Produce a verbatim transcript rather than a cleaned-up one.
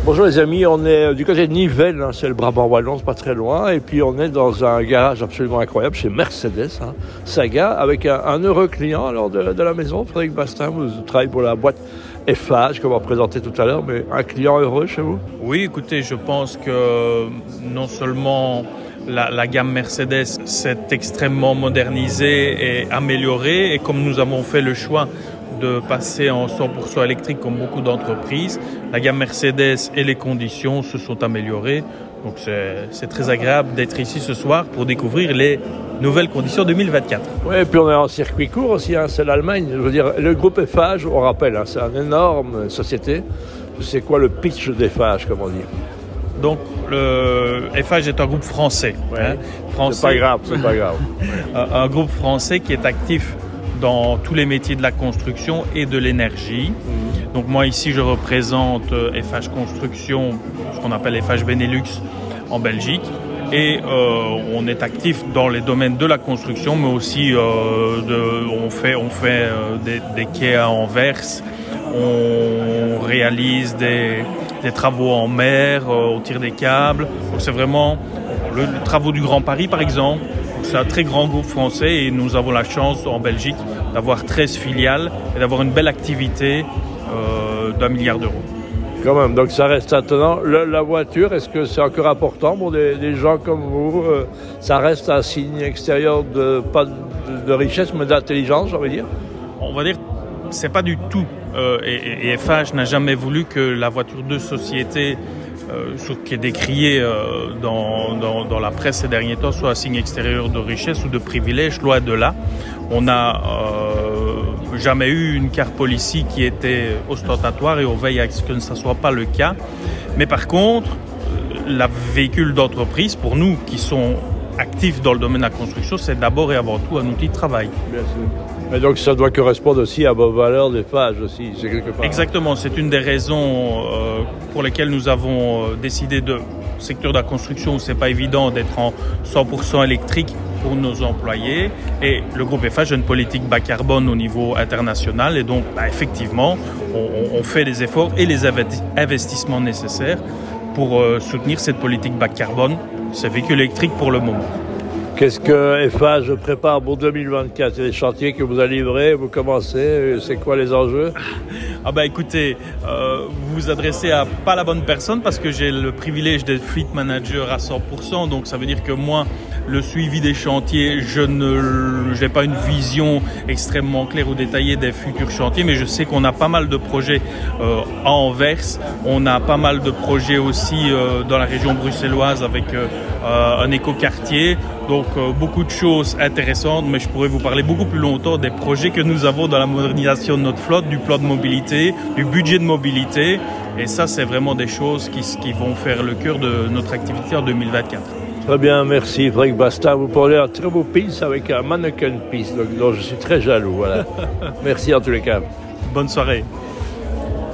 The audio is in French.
Bonjour les amis, on est du côté de Nivelles, hein, c'est le Brabant wallon, c'est pas très loin, et puis on est dans un garage absolument incroyable chez Mercedes, hein, Saga, avec un, un heureux client alors de, de la maison. Frédéric Bastin, vous travaillez pour la boîte F H, qu'on va présenter tout à l'heure, mais un client heureux chez vous? Oui, écoutez, je pense que non seulement la, la gamme Mercedes s'est extrêmement modernisée et améliorée, et comme nous avons fait le choix de passer en cent pour cent électrique comme beaucoup d'entreprises, la gamme Mercedes et les conditions se sont améliorées. Donc c'est, c'est très agréable d'être ici ce soir pour découvrir les nouvelles conditions deux mille vingt-quatre. Oui, et puis on est en circuit court aussi, hein, c'est l'Allemagne. Je veux dire, le groupe F H, on rappelle, hein, c'est une énorme société. C'est quoi le pitch de F H, comme on dit? Donc le F H est un groupe français. Ouais. Hein, français. C'est pas grave, c'est pas grave. un, un groupe français qui est actif dans tous les métiers de la construction et de l'énergie. Mmh. Donc moi ici je représente F H Construction, ce qu'on appelle F H Benelux en Belgique, et euh, on est actif dans les domaines de la construction, mais aussi euh, de, on fait, on fait euh, des, des quais à Anvers, on réalise des, des travaux en mer, euh, on tire des câbles. Donc c'est vraiment le, les travaux du Grand Paris par exemple. C'est un très grand groupe français et nous avons la chance en Belgique d'avoir treize filiales et d'avoir une belle activité euh, d'un milliard d'euros. Quand même, donc ça reste attenant. Le, la voiture, est-ce que c'est encore important pour des, des gens comme vous? euh, Ça reste un signe extérieur de, pas de, de richesse, mais d'intelligence, j'ai envie de dire? On va dire, c'est pas du tout. Euh, et, et F H n'a jamais voulu que la voiture de société, Euh, ce qui est décrié euh, dans, dans, dans la presse ces derniers temps, soit un signe extérieur de richesse ou de privilège, loin de là. On n'a euh, jamais eu une car policy qui était ostentatoire et on veille à ce que ce ne soit pas le cas. Mais par contre, la véhicule d'entreprise, pour nous qui sont actifs dans le domaine de la construction, c'est d'abord et avant tout un outil de travail. Bien sûr. Et donc ça doit correspondre aussi à vos valeurs des F H aussi, c'est quelque part. Exactement, c'est une des raisons euh, pour lesquelles nous avons euh, décidé de secteur de la construction où c'est pas évident d'être en cent pour cent électrique pour nos employés, et le groupe F H a une politique bas carbone au niveau international, et donc bah, effectivement on, on fait des efforts et les investissements nécessaires pour euh, soutenir cette politique bas carbone, ces véhicules électriques pour le moment. Qu'est-ce que F H prépare pour deux mille vingt-quatre? Il y a des chantiers que vous allez livrer, vous commencez, c'est quoi les enjeux? Ah bah écoutez, euh, vous vous adressez à pas la bonne personne parce que j'ai le privilège d'être fleet manager à cent pour cent, donc ça veut dire que moi, le suivi des chantiers, je ne j'ai pas une vision extrêmement claire ou détaillée des futurs chantiers, mais je sais qu'on a pas mal de projets euh, à Anvers, on a pas mal de projets aussi euh, dans la région bruxelloise avec euh, un écoquartier. Donc euh, beaucoup de choses intéressantes, mais je pourrais vous parler beaucoup plus longtemps des projets que nous avons dans la modernisation de notre flotte, du plan de mobilité, du budget de mobilité. Et ça, c'est vraiment des choses qui, qui vont faire le cœur de notre activité en deux mille vingt-quatre. Très bien, merci Frédéric Bastin. Vous parlez un très beau piece avec un mannequin piece, donc dont je suis très jaloux. Voilà. Merci en tous les cas. Bonne soirée.